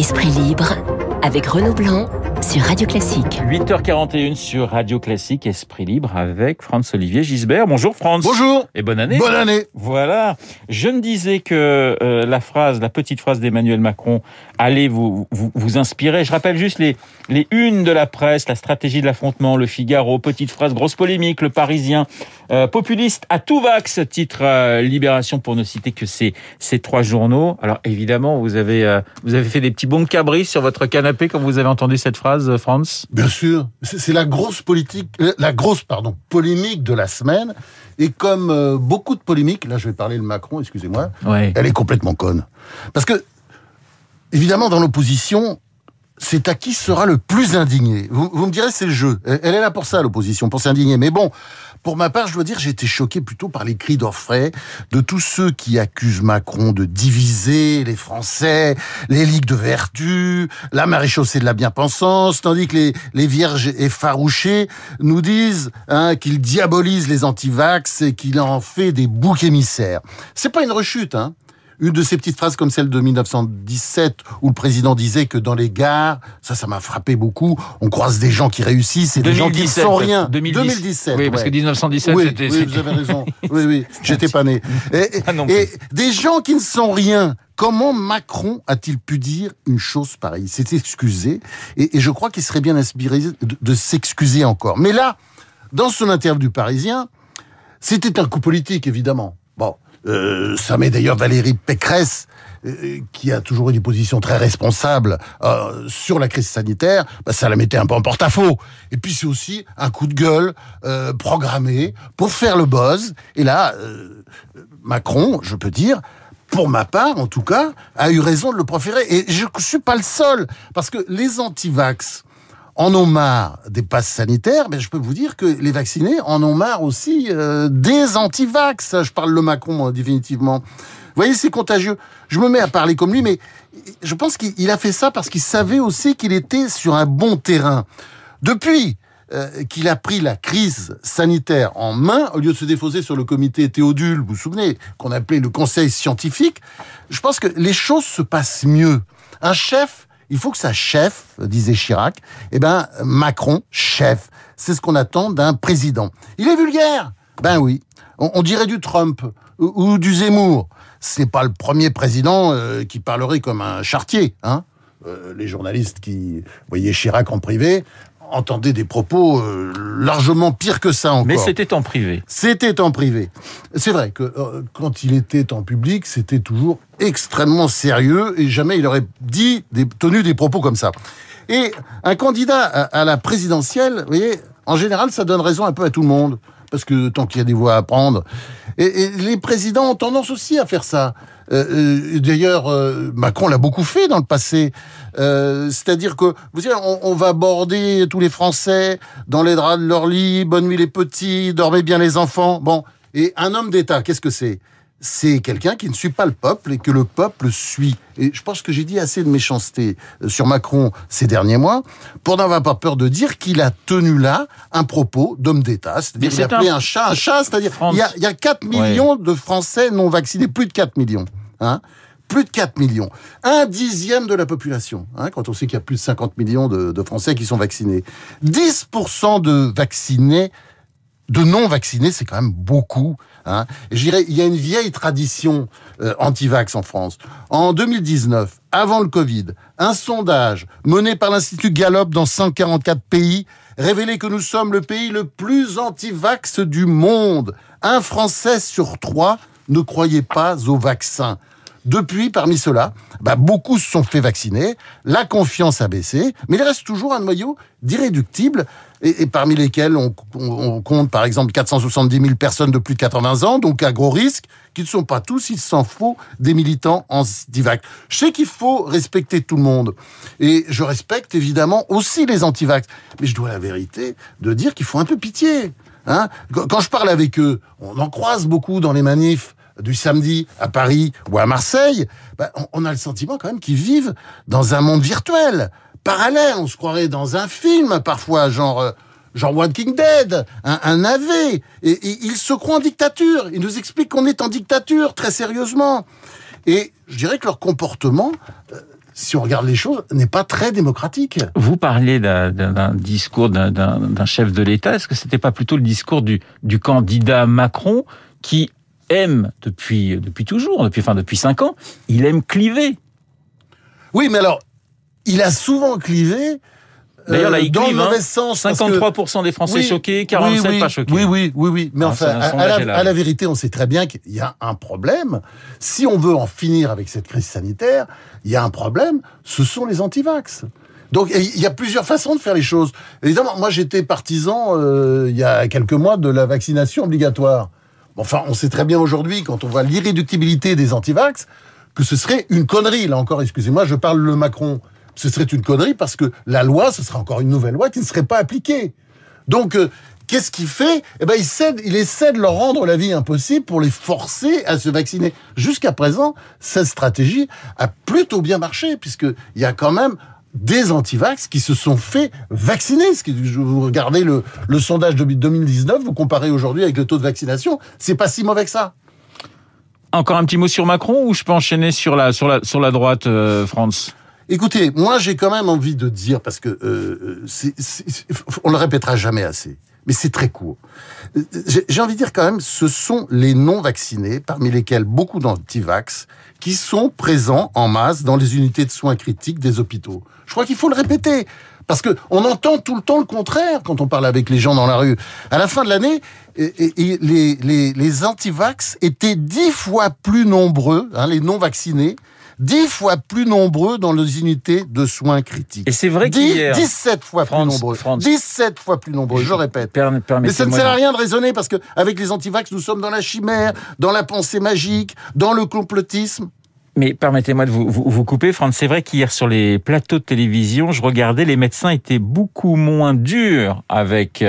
Esprit libre avec Renaud Blanc sur Radio Classique. 8h41 sur Radio Classique, Esprit libre avec Franz-Olivier Gisbert. Bonjour Franz. Bonjour. Et bonne année. Bonne année. Voilà. Je me disais que la petite phrase d'Emmanuel Macron allait vous inspirer. Je rappelle juste les unes de la presse, la stratégie de l'affrontement, Le Figaro, petite phrase, grosse polémique, Le Parisien, populiste à tout vax, titre Libération, pour ne citer que ces trois journaux. Alors évidemment, vous avez fait des petits bons de cabri sur votre canapé quand vous avez entendu cette phrase, Franz. Bien sûr, c'est la grosse polémique de la semaine. Et comme beaucoup de polémiques, là je vais parler de Macron, excusez-moi, ouais. Elle est complètement conne. Parce que, évidemment, dans l'opposition, c'est à qui sera le plus indigné. Vous me direz, c'est le jeu. Elle est là pour ça, l'opposition, pour s'indigner. Mais bon, pour ma part, je dois dire, j'ai été choqué plutôt par les cris d'orfraie de tous ceux qui accusent Macron de diviser les Français, les ligues de vertu, la maréchaussée de la bien-pensance, tandis que les vierges effarouchées nous disent qu'il diabolise les antivax et qu'il en fait des boucs émissaires. C'est pas une rechute, hein. Une de ces petites phrases comme celle de 1917 où le président disait que dans les gares, ça m'a frappé beaucoup, on croise des gens qui réussissent et des gens qui ne sont rien. 2017. Oui, parce que 1917, c'était... Oui, vous avez raison. Oui, j'étais pas né. Et des gens qui ne sont rien. Comment Macron a-t-il pu dire une chose pareille ? Il s'est excusé et je crois qu'il serait bien inspiré de s'excuser encore. Mais là, dans son interview du Parisien, c'était un coup politique, évidemment. Bon. Ça met d'ailleurs Valérie Pécresse, qui a toujours eu des positions très responsables sur la crise sanitaire, ça la mettait un peu en porte-à-faux. Et puis c'est aussi un coup de gueule programmé pour faire le buzz. Et là, Macron, je peux dire, pour ma part en tout cas, a eu raison de le proférer. Et je ne suis pas le seul, parce que les anti-vax en ont marre des passes sanitaires, mais je peux vous dire que les vaccinés en ont marre aussi des anti-vax. Je parle de Macron, définitivement. Vous voyez, c'est contagieux. Je me mets à parler comme lui, mais je pense qu'il a fait ça parce qu'il savait aussi qu'il était sur un bon terrain. Depuis qu'il a pris la crise sanitaire en main, au lieu de se défausser sur le comité Théodule, vous vous souvenez, qu'on appelait le conseil scientifique, je pense que les choses se passent mieux. Un chef... Il faut que ça chef, disait Chirac. Macron, chef. C'est ce qu'on attend d'un président. Il est vulgaire. Ben oui. On dirait du Trump ou du Zemmour. C'est pas le premier président qui parlerait comme un charretier, hein. Les journalistes qui voyaient Chirac en privé entendaient des propos largement pires que ça encore. Mais c'était en privé. C'était en privé. C'est vrai que quand il était en public, c'était toujours extrêmement sérieux et jamais il aurait tenu des propos comme ça. Et un candidat à la présidentielle, vous voyez, en général, ça donne raison un peu à tout le monde. Parce que tant qu'il y a des voix à prendre. Et les présidents ont tendance aussi à faire ça. D'ailleurs, Macron l'a beaucoup fait dans le passé. C'est-à-dire que, vous savez, on va border tous les Français dans les draps de leur lit, bonne nuit les petits, dormez bien les enfants. Bon, et un homme d'État, qu'est-ce que c'est ? C'est quelqu'un qui ne suit pas le peuple et que le peuple suit. Et je pense que j'ai dit assez de méchanceté sur Macron ces derniers mois pour n'avoir pas peur de dire qu'il a tenu là un propos d'homme d'État. C'est-à-dire qu'il a appelé un chat, c'est-à-dire il y a 4 millions de Français non vaccinés, plus de 4 millions. Hein, plus de 4 millions. 1/10 de la population, hein, quand on sait qu'il y a plus de 50 millions de Français qui sont vaccinés. 10% de vaccinés, de non-vaccinés, c'est quand même beaucoup. Hein. Et je dirais, il y a une vieille tradition anti-vax en France. En 2019, avant le Covid, un sondage mené par l'Institut Gallup dans 144 pays révélait que nous sommes le pays le plus anti-vax du monde. Un Français sur 3 ne croyait pas au vaccin. Depuis, parmi ceux-là, beaucoup se sont fait vacciner, la confiance a baissé, mais il reste toujours un noyau d'irréductibles, et parmi lesquels on compte par exemple 470 000 personnes de plus de 80 ans, donc à gros risque, qui ne sont pas tous, il s'en faut, des militants anti-vax. Je sais qu'il faut respecter tout le monde, et je respecte évidemment aussi les anti-vax, mais je dois la vérité de dire qu'il faut un peu pitié. Hein. Quand je parle avec eux, on en croise beaucoup dans les manifs, du samedi à Paris ou à Marseille, on a le sentiment quand même qu'ils vivent dans un monde virtuel, parallèle. On se croirait dans un film parfois, genre Walking Dead, un navet. Et ils se croient en dictature. Ils nous expliquent qu'on est en dictature, très sérieusement. Et je dirais que leur comportement si on regarde les choses, n'est pas très démocratique. Vous parlez d'un discours d'un chef de l'État. Est-ce que c'était pas plutôt le discours du candidat Macron qui aime depuis toujours, depuis 5 ans, il aime cliver. Oui, mais alors, il a souvent clivé. D'ailleurs, là, il dans clive, le mauvais sens. 53% des Français choqués, 47% pas choqués. Oui. Mais enfin, à la vérité, on sait très bien qu'il y a un problème. Si on veut en finir avec cette crise sanitaire, il y a un problème. Ce sont les antivax. Donc, il y a plusieurs façons de faire les choses. Évidemment, moi, j'étais partisan, il y a quelques mois, de la vaccination obligatoire. Enfin, on sait très bien aujourd'hui, quand on voit l'irréductibilité des antivax, que ce serait une connerie. Là encore, excusez-moi, je parle le Macron. Ce serait une connerie parce que la loi, ce sera encore une nouvelle loi qui ne serait pas appliquée. Donc, qu'est-ce qu'il fait ? Eh ben, il essaie de leur rendre la vie impossible pour les forcer à se vacciner. Jusqu'à présent, cette stratégie a plutôt bien marché, puisqu'il y a quand même des antivax qui se sont fait vacciner. Vous regardez le sondage de 2019, vous comparez aujourd'hui avec le taux de vaccination, c'est pas si mauvais que ça. Encore un petit mot sur Macron ou je peux enchaîner sur la droite, France ? Écoutez, moi j'ai quand même envie de dire, parce que on le répétera jamais assez, mais c'est très court. J'ai envie de dire quand même, ce sont les non-vaccinés, parmi lesquels beaucoup d'antivax, qui sont présents en masse dans les unités de soins critiques des hôpitaux. Je crois qu'il faut le répéter, parce que on entend tout le temps le contraire quand on parle avec les gens dans la rue. À la fin de l'année, les antivax étaient 10 fois plus nombreux, les non-vaccinés, 10 fois plus nombreux dans les unités de soins critiques. Et c'est vrai qu'hier... 17 fois plus nombreux. 17 fois plus nombreux, je répète. Mais ça ne sert à rien de raisonner, parce que avec les antivax, nous sommes dans la chimère, dans la pensée magique, dans le complotisme. Mais permettez-moi de vous couper, Franz. C'est vrai qu'hier, sur les plateaux de télévision, je regardais, les médecins étaient beaucoup moins durs avec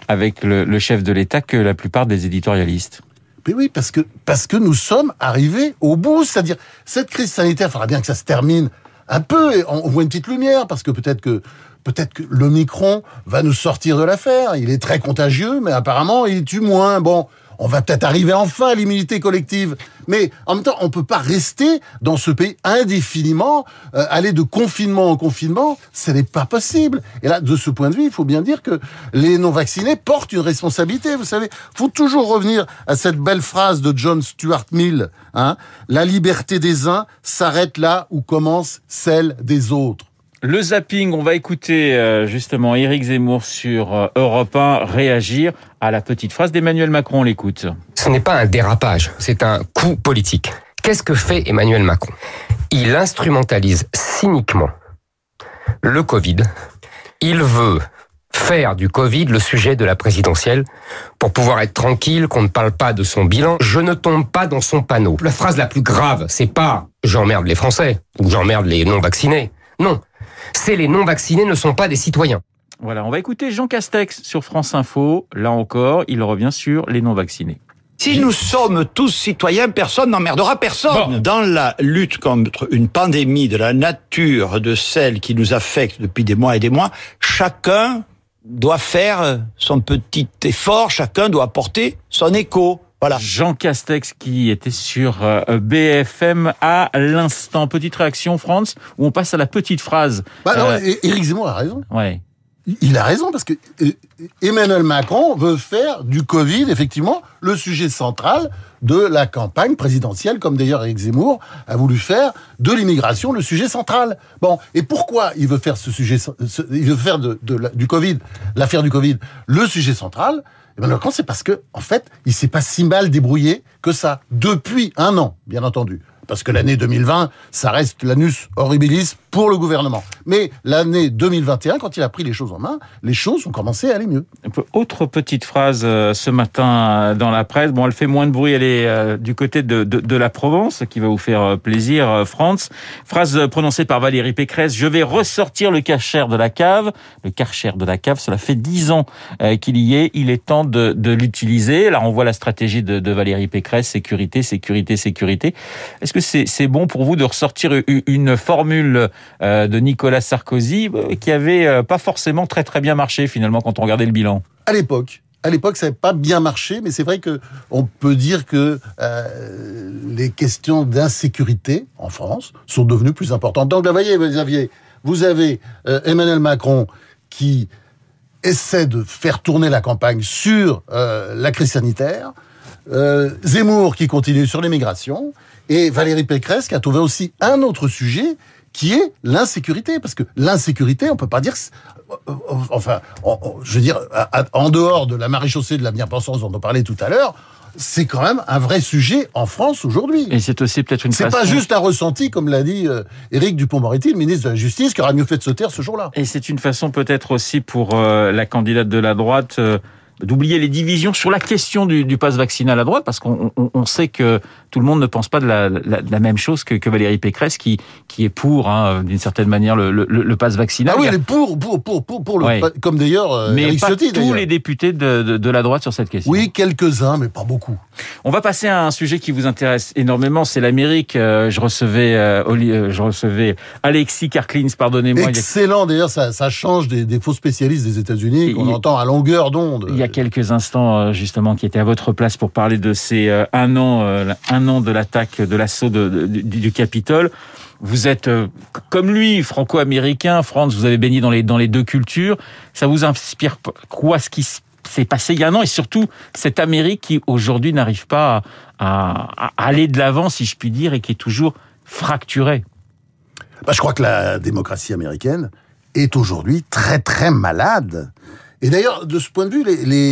le chef de l'État que la plupart des éditorialistes. Mais oui, parce que nous sommes arrivés au bout. C'est-à-dire, cette crise sanitaire, il faudra bien que ça se termine un peu. Et on voit une petite lumière, parce que peut-être que l'Omicron va nous sortir de l'affaire. Il est très contagieux, mais apparemment, il tue moins. Bon, on va peut-être arriver enfin à l'immunité collective. Mais en même temps, on peut pas rester dans ce pays indéfiniment, aller de confinement en confinement, ce n'est pas possible. Et là, de ce point de vue, il faut bien dire que les non-vaccinés portent une responsabilité. Vous savez, faut toujours revenir à cette belle phrase de John Stuart Mill, la liberté des uns s'arrête là où commence celle des autres. Le zapping, on va écouter justement Éric Zemmour sur Europe 1 réagir à la petite phrase d'Emmanuel Macron. On l'écoute. Ce n'est pas un dérapage, c'est un coup politique. Qu'est-ce que fait Emmanuel Macron ? Il instrumentalise cyniquement le Covid. Il veut faire du Covid le sujet de la présidentielle pour pouvoir être tranquille, qu'on ne parle pas de son bilan. Je ne tombe pas dans son panneau. La phrase la plus grave, c'est pas « j'emmerde les Français » ou « j'emmerde les non-vaccinés ». Non. C'est les non-vaccinés ne sont pas des citoyens. Voilà, on va écouter Jean Castex sur France Info. Là encore, il revient sur les non-vaccinés. Si nous sommes tous citoyens, personne n'emmerdera personne. Bon. Dans la lutte contre une pandémie de la nature de celle qui nous affecte depuis des mois et des mois, chacun doit faire son petit effort, chacun doit apporter son écho. Voilà. Jean Castex qui était sur BFM à l'instant. Petite réaction, Franz, où on passe à la petite phrase. Éric Zemmour a raison. Ouais. Il a raison, parce que Emmanuel Macron veut faire du Covid, effectivement, le sujet central de la campagne présidentielle, comme d'ailleurs Éric Zemmour a voulu faire de l'immigration le sujet central. Bon, et pourquoi il veut faire ce sujet, il veut faire du Covid, l'affaire du Covid, le sujet central? Emmanuel Macron, c'est parce que, en fait, il s'est pas si mal débrouillé que ça, depuis 1 an, bien entendu. Parce que l'année 2020, ça reste l'annus horribilis pour le gouvernement. Mais l'année 2021, quand il a pris les choses en main, les choses ont commencé à aller mieux. Autre petite phrase ce matin dans la presse. Bon, elle fait moins de bruit, elle est du côté de la Provence, qui va vous faire plaisir, Franz. Phrase prononcée par Valérie Pécresse. Je vais ressortir le Karcher de la cave. Le Karcher de la cave, cela fait 10 ans qu'il y est. Il est temps de l'utiliser. Là, on voit la stratégie de Valérie Pécresse. Sécurité, sécurité, sécurité. Est-ce que c'est bon pour vous de ressortir une formule de Nicolas Sarkozy qui avait pas forcément très très bien marché finalement quand on regardait le bilan? À l'époque, à l'époque, ça n'avait pas bien marché, mais c'est vrai que on peut dire que les questions d'insécurité en France sont devenues plus importantes. Donc, là, vous avez Emmanuel Macron qui essaie de faire tourner la campagne sur la crise sanitaire, Zemmour qui continue sur l'immigration, et Valérie Pécresse qui a trouvé aussi un autre sujet qui est l'insécurité. Parce que l'insécurité, on peut pas dire... je veux dire, en dehors de la maréchaussée de la bien-pensance dont on parlait tout à l'heure, c'est quand même un vrai sujet en France aujourd'hui. Et c'est aussi peut-être une façon... C'est pas juste un ressenti, comme l'a dit Éric Dupond-Moretti, le ministre de la Justice, qui aura mieux fait de se taire ce jour-là. Et c'est une façon peut-être aussi pour la candidate de la droite d'oublier les divisions sur la question du pass vaccinal à droite, parce qu'on sait que tout le monde ne pense pas de la même chose que Valérie Pécresse, qui est pour, d'une certaine manière, le pass vaccinal. Ah oui, elle est pour le, ouais. Comme d'ailleurs mais Éric pas Ciotti, tous les députés de la droite sur cette question. Oui, quelques-uns, mais pas beaucoup. On va passer à un sujet qui vous intéresse énormément, c'est l'Amérique. Je recevais Alexis Karklins, pardonnez-moi. Excellent, d'ailleurs, ça change des faux spécialistes des États-Unis qu'on entend à longueur d'onde. Il y a quelques instants, justement, qui était à votre place pour parler de ces un an de l'attaque, de l'assaut du Capitole. Vous êtes, comme lui, franco-américain. Franz, vous avez baigné dans les deux cultures. Ça vous inspire quoi, ce qui s'est passé il y a un an, et surtout cette Amérique qui, aujourd'hui, n'arrive pas à aller de l'avant, si je puis dire, et qui est toujours fracturée? Je crois que la démocratie américaine est aujourd'hui très, très malade. Et d'ailleurs, de ce point de vue,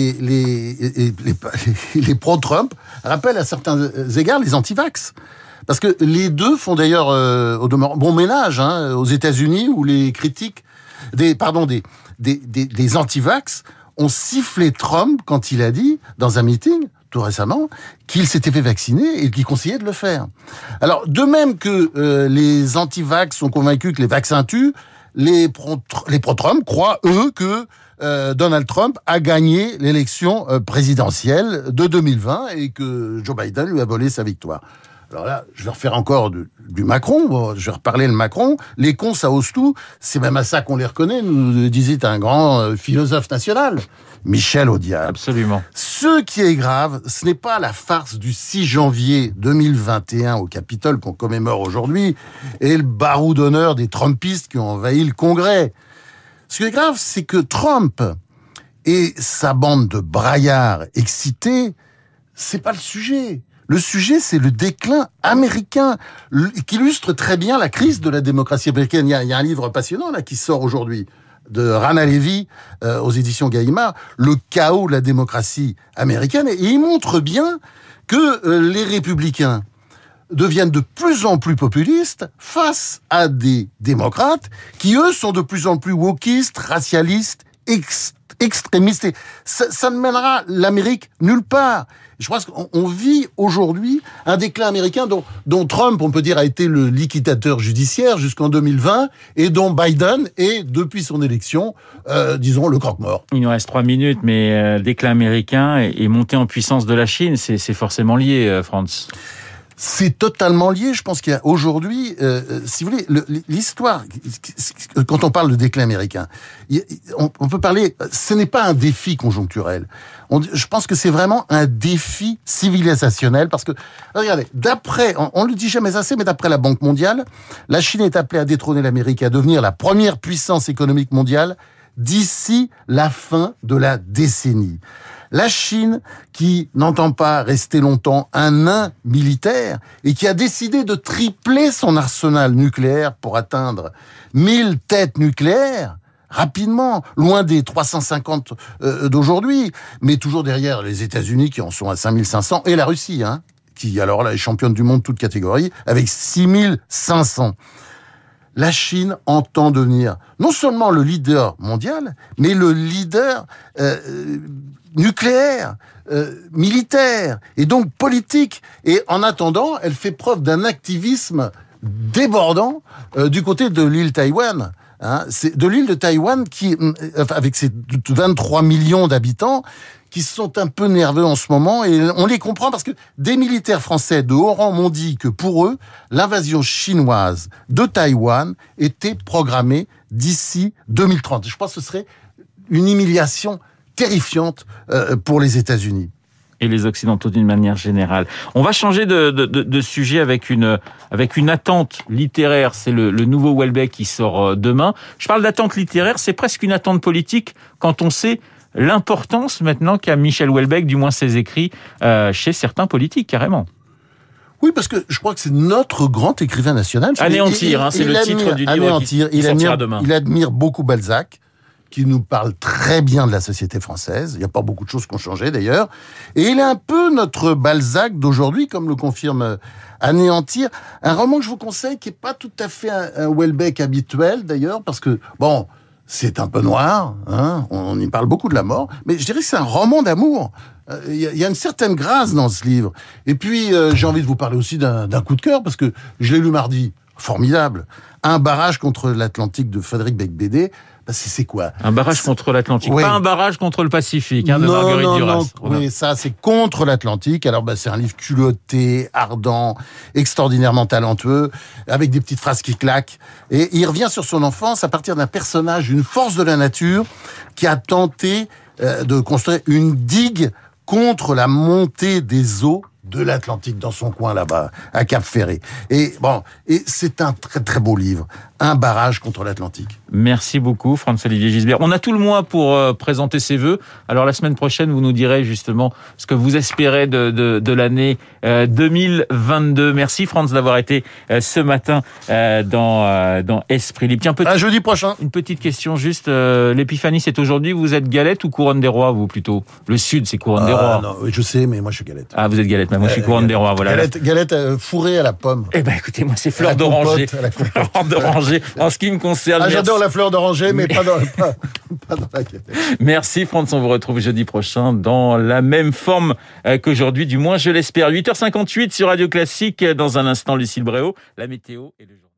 les pro-Trump rappellent à certains égards les anti-vax. Parce que les deux font d'ailleurs au demeurant bon ménage aux États-Unis, où les critiques des anti-vax ont sifflé Trump quand il a dit, dans un meeting, tout récemment, qu'il s'était fait vacciner et qu'il conseillait de le faire. Alors, de même que les anti-vax sont convaincus que les vaccins tuent, les pro-Trump croient, eux, que Donald Trump a gagné l'élection présidentielle de 2020 et que Joe Biden lui a volé sa victoire. Alors là, je vais refaire encore du Macron, je vais reparler le Macron. Les cons, ça ose tout. C'est même à ça qu'on les reconnaît, nous disait un grand philosophe national, Michel Audiard. Absolument. Ce qui est grave, ce n'est pas la farce du 6 janvier 2021 au Capitole qu'on commémore aujourd'hui et le barou d'honneur des Trumpistes qui ont envahi le Congrès. Ce qui est grave, c'est que Trump et sa bande de braillards excités, c'est pas le sujet. Le sujet, c'est le déclin américain, qui illustre très bien la crise de la démocratie américaine. Il y a un livre passionnant là qui sort aujourd'hui de Rana Levy aux éditions Gallimard, Le chaos de la démocratie américaine, et il montre bien que les républicains deviennent de plus en plus populistes face à des démocrates qui, eux, sont de plus en plus wokistes, racialistes, extrémistes. Et ça ne mènera l'Amérique nulle part. Je pense qu'on vit aujourd'hui un déclin américain dont Trump, on peut dire, a été le liquidateur judiciaire jusqu'en 2020 et dont Biden est, depuis son élection, disons, le croque-mort. Il nous reste 3 minutes, mais déclin américain et montée en puissance de la Chine, c'est forcément lié, Franz. C'est totalement lié. Je pense qu'il y a aujourd'hui, si vous voulez, l'histoire, quand on parle de déclin américain, on peut parler, ce n'est pas un défi conjoncturel. Je pense que c'est vraiment un défi civilisationnel parce que, regardez, on le dit jamais assez, mais d'après la Banque mondiale, la Chine est appelée à détrôner l'Amérique et à devenir la première puissance économique mondiale d'ici la fin de la décennie. La Chine, qui n'entend pas rester longtemps un nain militaire et qui a décidé de tripler son arsenal nucléaire pour atteindre 1000 têtes nucléaires, rapidement, loin des 350 d'aujourd'hui, mais toujours derrière les États-Unis qui en sont à 5500 et la Russie, qui alors là est championne du monde toute catégorie avec 6500. La Chine entend devenir non seulement le leader mondial, mais le leader nucléaire, militaire et donc politique. Et en attendant, elle fait preuve d'un activisme débordant du côté de l'île Taïwan. C'est de l'île de Taïwan qui, avec ses 23 millions d'habitants, qui sont un peu nerveux en ce moment, et on les comprend parce que des militaires français de haut rang m'ont dit que pour eux, l'invasion chinoise de Taïwan était programmée d'ici 2030. Je pense que ce serait une humiliation terrifiante pour les États-Unis. Et les Occidentaux d'une manière générale. On va changer de sujet avec une attente littéraire. C'est le nouveau Houellebecq qui sort demain. Je parle d'attente littéraire, c'est presque une attente politique quand on sait l'importance maintenant qu'a Michel Houellebecq, du moins ses écrits, chez certains politiques, carrément. Oui, parce que je crois que c'est notre grand écrivain national. Anéantir, c'est le titre du livre Anéantir. qui sortira demain. Il admire beaucoup Balzac, qui nous parle très bien de la société française. Il n'y a pas beaucoup de choses qui ont changé d'ailleurs. Et il est un peu notre Balzac d'aujourd'hui, comme le confirme Anéantir. Un roman que je vous conseille, qui n'est pas tout à fait un Houellebecq habituel d'ailleurs, parce que, bon, c'est un peu noir, hein, on y parle beaucoup de la mort, mais je dirais que c'est un roman d'amour. Il y a une certaine grâce dans ce livre. Et puis, j'ai envie de vous parler aussi d'un coup de cœur, parce que je l'ai lu mardi. Formidable. Un barrage contre l'Atlantique de Frédéric Beigbeder. C'est quoi? Un barrage contre l'Atlantique, oui. Pas un barrage contre le Pacifique, de Marguerite Duras. Oui, ça, c'est contre l'Atlantique. Alors, c'est un livre culotté, ardent, extraordinairement talentueux, avec des petites phrases qui claquent. Et il revient sur son enfance à partir d'un personnage, une force de la nature, qui a tenté de construire une digue contre la montée des eaux de l'Atlantique, dans son coin là-bas, à Cap-Ferré. Et c'est un très très beau livre, Un barrage contre l'Atlantique. Merci beaucoup, Franz-Olivier Gisbert. On a tout le mois pour présenter ses vœux. Alors la semaine prochaine, vous nous direz justement ce que vous espérez de l'année 2022. Merci Franz d'avoir été ce matin dans Esprit Libre. Tiens, à jeudi prochain. Une petite question juste. L'épiphanie, c'est aujourd'hui. Vous êtes Galette ou Couronne des Rois, vous plutôt? Le Sud, c'est Couronne des Rois. Non, je sais, mais moi je suis Galette. Ah, vous êtes Galette. Moi, je suis Couronne des Rois. Voilà. Galette fourrée à la pomme. Eh ben, écoutez, moi, c'est fleur d'oranger. Fleur d'oranger. En ce qui me concerne. J'adore la fleur d'oranger, mais pas dans la quête. Merci, Franz. On vous retrouve jeudi prochain dans la même forme qu'aujourd'hui, du moins, je l'espère. 8h58 sur Radio Classique. Dans un instant, Lucille Bréau, la météo et le journal.